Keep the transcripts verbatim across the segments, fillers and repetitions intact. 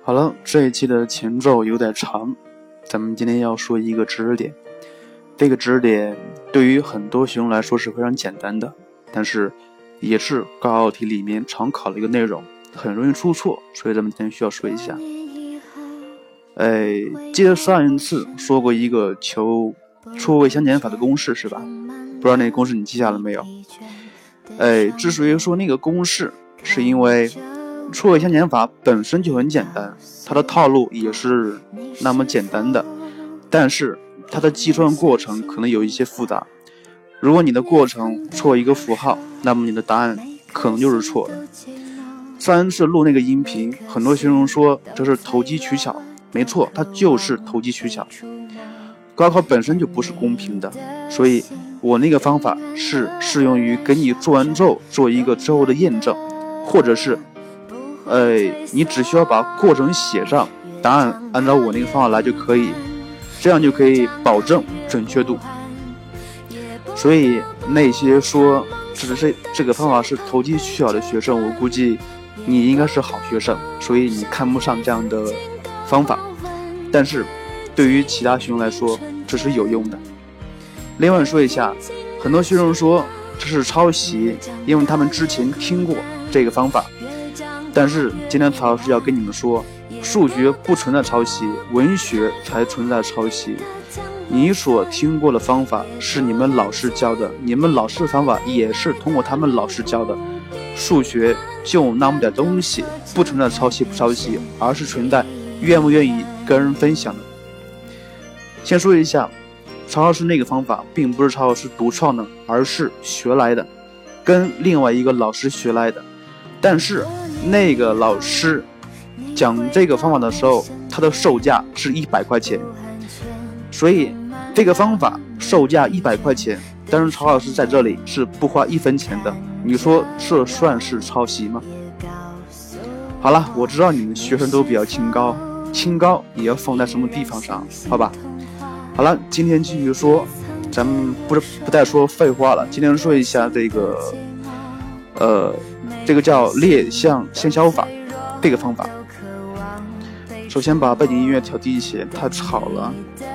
好了，这一期的前奏有点长，咱们今天要说一个知识点。这个知识点对于很多学生来说是非常简单的，但是也是高考题里面常考的一个内容，很容易出错，所以咱们今天需要说一下。哎，记得上一次说过一个求错位相减法的公式是吧？不知道那个公式你记下了没有？哎，之所以说那个公式，是因为错位相减法本身就很简单，它的套路也是那么简单的，但是它的计算过程可能有一些复杂。如果你的过程错一个符号，那么你的答案可能就是错的。上一次录那个音频，很多学生说这是投机取巧，没错，它就是投机取巧。高考本身就不是公平的，所以我那个方法是适用于给你做完之后做一个之后的验证，或者是呃，你只需要把过程写上，答案按照我那个方法来就可以，这样就可以保证准确度。所以那些说这是这个方法是投机取巧的学生，我估计你应该是好学生，所以你看不上这样的方法。但是对于其他学生来说，这是有用的。另外说一下，很多学生说这是抄袭，因为他们之前听过这个方法。但是今天曹老师要跟你们说，数学不存在抄袭，文学才存在抄袭。你所听过的方法是你们老师教的，你们老师的方法也是通过他们老师教的。数学就那么点东西，不存在抄袭不抄袭，而是存在愿不愿意跟人分享的。先说一下，曹老师那个方法并不是曹老师独创的，而是学来的，跟另外一个老师学来的。但是那个老师讲这个方法的时候，他的售价是一百块钱，所以这个方法售价一百块钱，但是曹老师在这里是不花一分钱的，你说这算是抄袭吗？好了，我知道你们学生都比较清高，清高也要放在什么地方上，好吧？好了，今天继续说，咱们不不再说废话了，今天说一下这个呃这个叫列项先消法这个方法。首先把背景音乐调低一些，太吵了。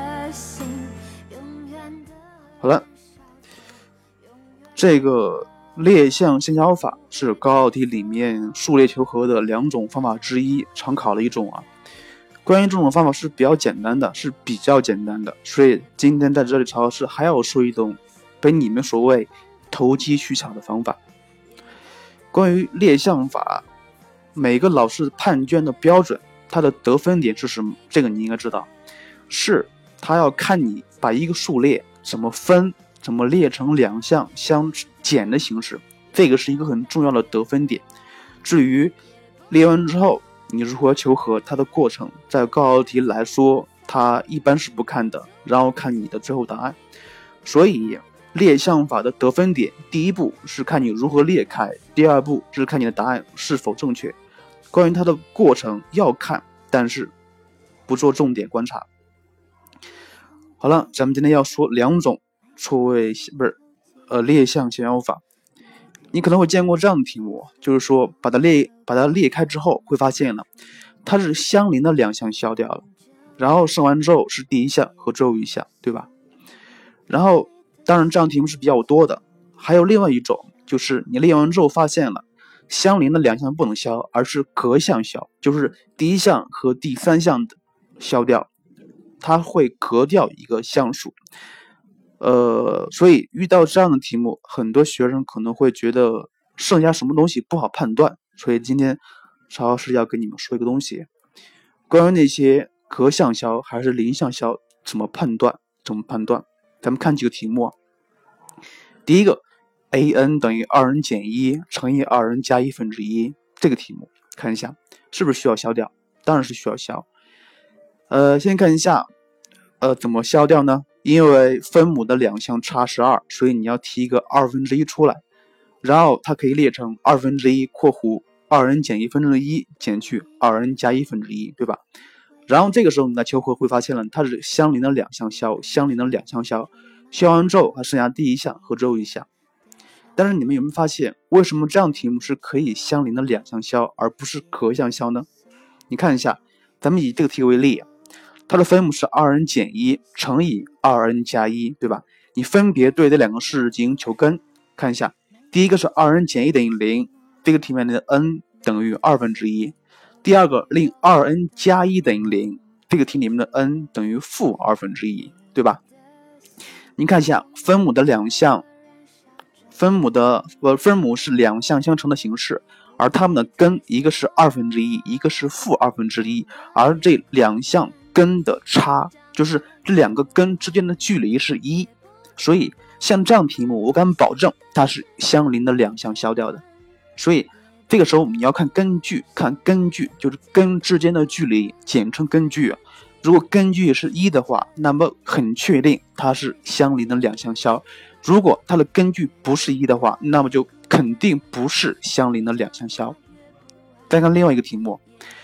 好了，这个列项先消法是高考题里面数列求和的两种方法之一，常考的一种啊。关于这种方法是比较简单的，是比较简单的，所以今天在这里曹老师还要说一种被你们所谓投机取巧的方法。关于列项法，每个老师判卷的标准，它的得分点是什么？这个你应该知道，是他要看你把一个数列怎么分，怎么列成两项相减的形式，这个是一个很重要的得分点。至于列完之后你如何求和，它的过程在高考题来说，它一般是不看的，然后看你的最后答案。所以列项法的得分点，第一步是看你如何列开，第二步是看你的答案是否正确。关于它的过程要看，但是不做重点观察。好了，咱们今天要说两种错位不是呃列项先消法。你可能会见过这样的题目，就是说把它列把它列开之后，会发现了它是相邻的两项消掉了，然后剩完之后是第一项和最后一项，对吧？然后当然这样题目是比较多的，还有另外一种，就是你列完之后发现了相邻的两项不能消，而是隔项消，就是第一项和第三项的消掉，它会隔掉一个项数。呃，所以遇到这样的题目，很多学生可能会觉得剩下什么东西不好判断，所以今天曹老师要跟你们说一个东西，关于那些隔项消还是零项消怎么判断，怎么判断？咱们看几个题目。第一个 a n 等于二 n 减一乘以二 n 加一分之一，这个题目看一下是不是需要消掉？当然是需要消。呃，先看一下，呃，怎么消掉呢？因为分母的两项差十二，所以你要提一个二分之一出来，然后它可以列成二分之一括弧二 n 减一分之一减去二 n 加一分之一，对吧？然后这个时候你在求和会发现了，它是相邻的两项消，相邻的两项消，消完之后还剩下第一项和最后一项。但是你们有没有发现，为什么这样题目是可以相邻的两项消，而不是隔项消呢？你看一下， 咱们以这个题为例，它的分母是 二 n 减一乘以 二 n 加一，对吧？你分别对这两个式进行求根，看一下，第一个是 二 n 减一等于零，这个题面的 n 等于二分之一。第二个令 二 n 加一等于零，这个题里面的 n 等于负二分之一，对吧？你看一下分母的两项，分母的呃分母是两项相乘的形式，而它们的根一个是二分之一，一个是负二分之一，而这两项根的差，就是这两个根之间的距离是一，所以像这样题目，我敢保证它是相邻的两项消掉的。所以这个时候你要看根据，看根据就是根之间的距离，简称根据。如果根据是一的话，那么很确定它是相邻的两项消。如果它的根据不是一的话，那么就肯定不是相邻的两项消。再看另外一个题目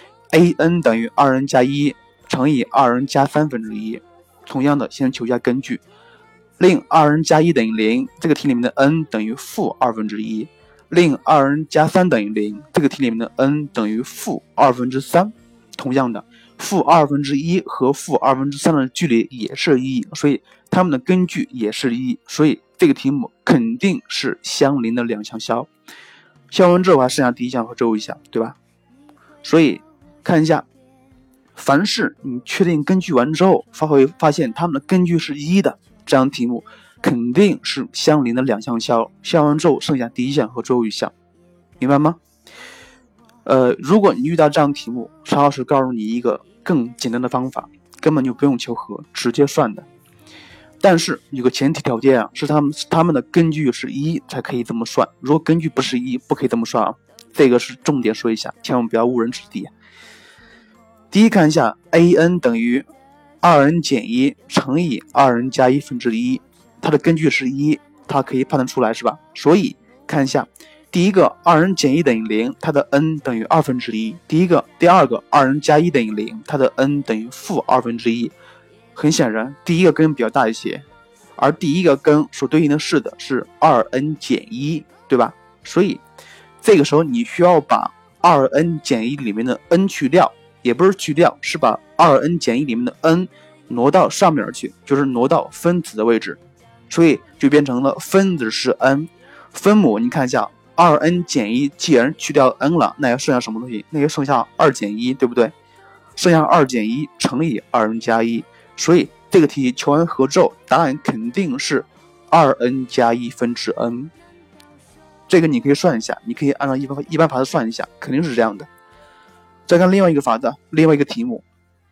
，a n 等于 二 n 加一乘以 二 n 加三分之一。同样的，先求一下根据，令 二 n 加一等于零，这个题里面的 n 等于负二分之一。令 二 n 加三等于零，这个题里面的 n 等于负二分之三。同样的，负二分之一和负二分之三的距离也是一，所以它们的根据也是一，所以这个题目肯定是相邻的两项消。消完之后还剩下第一项和最后一项，对吧？所以看一下，凡是你确定根据完之后，发会发现它们的根据是一的，这样题目肯定是相邻的两项消。消完之后剩下第一项和最后一项，明白吗？呃，如果你遇到这样的题目，曹老师告诉你一个更简单的方法，根本就不用求和，直接算的。但是有个前提条件啊，是他们他们的根据是一才可以这么算，如果根据不是一，不可以这么算啊。这个是重点说一下，千万不要误人子弟。第一，看一下 a n 等于 二 n 减一乘以 二 n 加一分之一，它的根据是一，它可以判断出来是吧？所以看一下。第一个 二 n 减一等于零，它的 n 等于二分之一。第一个，第二个 二 n 加一等于零，它的 n 等于负二分之一。很显然，第一个根比较大一些，而第一个根所对应的是的是 二 n 减一，对吧？所以这个时候你需要把 二 n 减一里面的 n 去掉，也不是去掉，是把 二 n 减一里面的 n 挪到上面去，就是挪到分子的位置，所以就变成了分子是 n， 分母你看一下。二 n 减一既然去掉 n 了，那要剩下什么东西？那就剩下二减一，对不对？剩下二减一乘以 二 n 加一，所以这个题求完和之后，答案肯定是 二 n 加一分之 n。这个你可以算一下，你可以按照一般一般法则算一下，肯定是这样的。再看另外一个法则，另外一个题目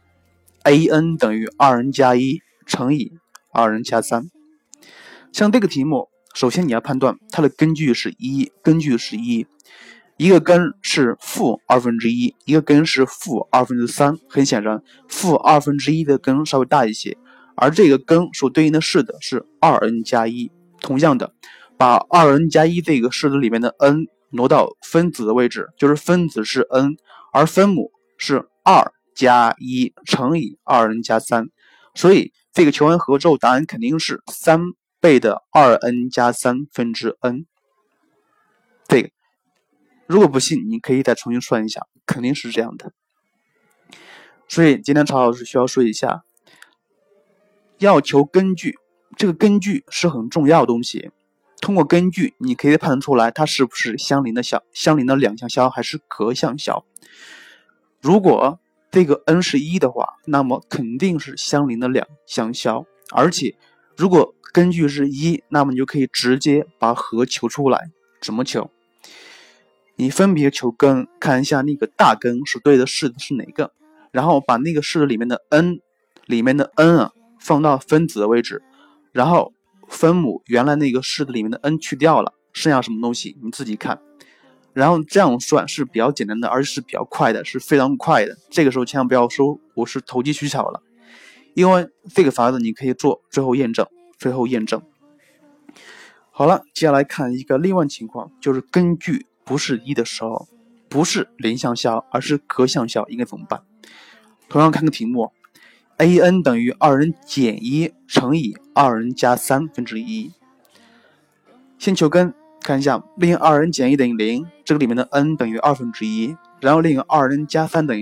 ，a n 等于 二 n 加一乘以 二 n 加三。像这个题目。首先你要判断它的根据是一，根据是一，一个根是负二分之一，一个根是负二分之三。很显然，负二分之一的根稍微大一些，而这个根所对应的式的是 二 n 加一。同样的，把 二 n 加一这个式子里面的 n 挪到分子的位置，就是分子是 n， 而分母是二加一乘以 二 n 加三。所以这个求完和之后，答案肯定是三倍的 二 n 加三分之 n。 这个如果不信你可以再重新算一下，肯定是这样的。所以今天曹老师需要说一下，要求根据，这个根据是很重要的东西，通过根据你可以判断出来它是不是相邻的消，相邻的两项消还是隔项消。如果这个 n 是一的话，那么肯定是相邻的两项消，而且如果根据是一，那么你就可以直接把和求出来。怎么求？你分别求根，看一下那个大根所对的式子是哪个，然后把那个式子里面的 n 里面的 n 啊放到分子的位置，然后分母原来那个式子里面的 n 去掉了，剩下什么东西你自己看。然后这样算是比较简单的，而且是比较快的，是非常快的。这个时候千万不要说我是投机取巧了，因为这个法子你可以做最后验证，最后验证。好了，接下来看一个另外情况，就是根据不是一的时候，不是零项消，而是隔项消，应该怎么办？同样看个题目 ，a n 等于 二 n 减一乘以 二 n 加三分之一。先求根，看一下，令 二 n 减一等于零，这个里面的 n 等于二分之一，然后令 二 n 加三等于零，这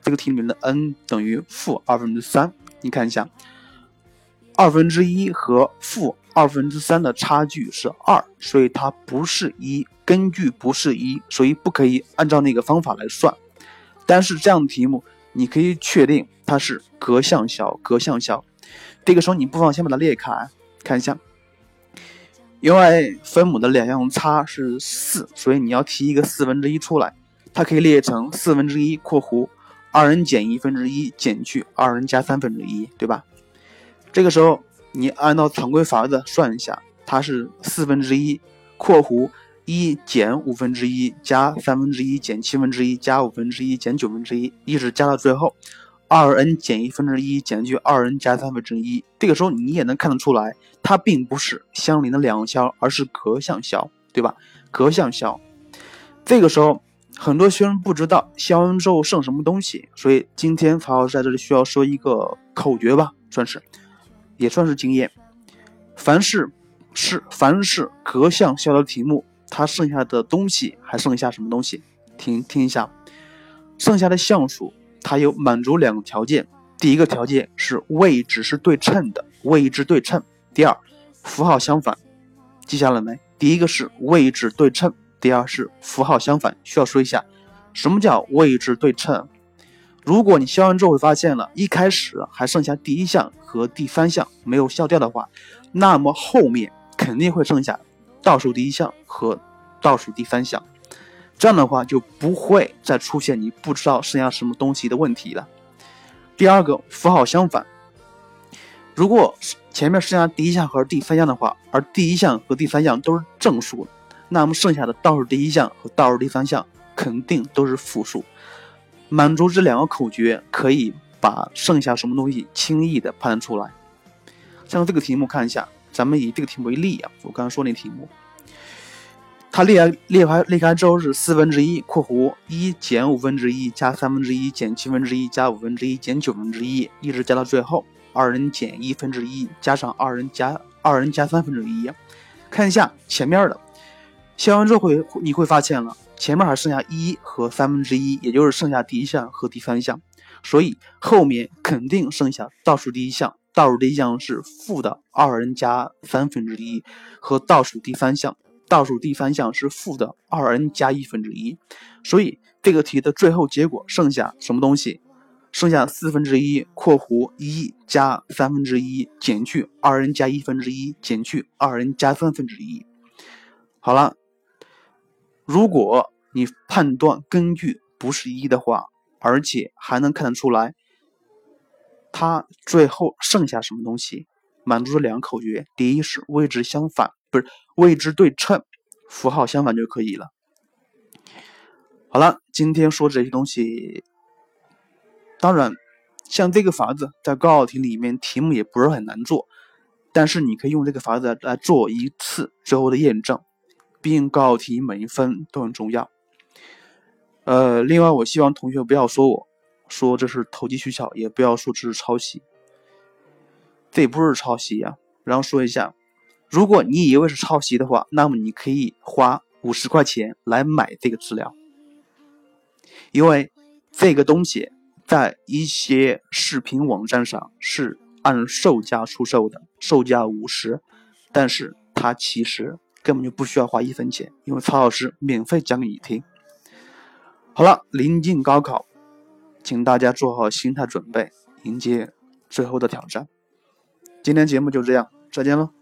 这个题里面的 n 等于负二分之三，你看一下，二分之一和负二分之三的差距是二，所以它不是一，根据不是一，所以不可以按照那个方法来算。但是这样的题目你可以确定它是隔项小，隔项小。这个时候你不妨先把它列开，看一下，因为分母的两项差是四，所以你要提一个四分之一出来，它可以列成四分之一括弧二 n 减一分之一减去二 n 加三分之一，对吧？这个时候你按照常规法子算一下，它是四分之一括弧一减五分之一加三分之一减七分之一加五分之一减九分之一，一直加到最后二 n 减一分之一减去二 n 加三分之一。这个时候你也能看得出来，它并不是相邻的两项，而是隔项项，对吧？隔项项。这个时候很多学生不知道消完之后剩什么东西，所以今天曹老师在这里需要说一个口诀吧，算是也算是经验。凡是是凡是隔项项的题目，它剩下的东西还剩下什么东西？听听一下，剩下的项数它有满足两个条件，第一个条件是位置是对称的，位置对称。第二，符号相反，记下了没？第一个是位置对称，第二是符号相反。需要说一下什么叫位置对称。如果你消完之后会发现了一开始还剩下第一项和第三项没有消掉的话，那么后面肯定会剩下倒数第一项和倒数第三项，这样的话就不会再出现你不知道剩下什么东西的问题了。第二个，符号相反，如果前面剩下第一项和第三项的话，而第一项和第三项都是正数，那么剩下的倒数第一项和倒数第三项肯定都是负数。满足这两个口诀，可以把剩下什么东西轻易的判断出来。像这个题目看一下，咱们以这个题目为例啊，我刚刚说那题目，它列列开列开之后是四分之一括弧一减五分之一加三分之一减七分之一加五分之一减九分之一，一直加到最后二 n 减一分之一加上二 n 加二 n 加三分之一。看一下前面的，消完之后会你会发现了，前面还剩下一和三分之一，也就是剩下第一项和第三项，所以后面肯定剩下倒数第一项，倒数第一项是负的二 n 加三分之一，和倒数第三项，倒数第三项是负的二 n 加一分之一。所以这个题的最后结果剩下什么东西？剩下四分之一括弧一加三分之一减去二 n 加一分之一减去二 n 加三分之一。好了，如果你判断根据不是一的话，而且还能看得出来它最后剩下什么东西，满足这两个口诀，第一是位置相反，不是位置对称，符号相反就可以了。好了，今天说这些东西，当然像这个法子在高考题里面题目也不是很难做，但是你可以用这个法子来做一次最后的验证，毕竟高考题每一分都很重要。呃，另外我希望同学不要说我说这是投机取巧，也不要说这是抄袭，这也不是抄袭呀、啊。然后说一下，如果你以为是抄袭的话，那么你可以花五十块钱来买这个资料，因为这个东西在一些视频网站上是按售价出售的，售价五十，但是它其实根本就不需要花一分钱，因为曹老师免费讲给你听。好了，临近高考，请大家做好心态准备，迎接最后的挑战。今天节目就这样，再见了。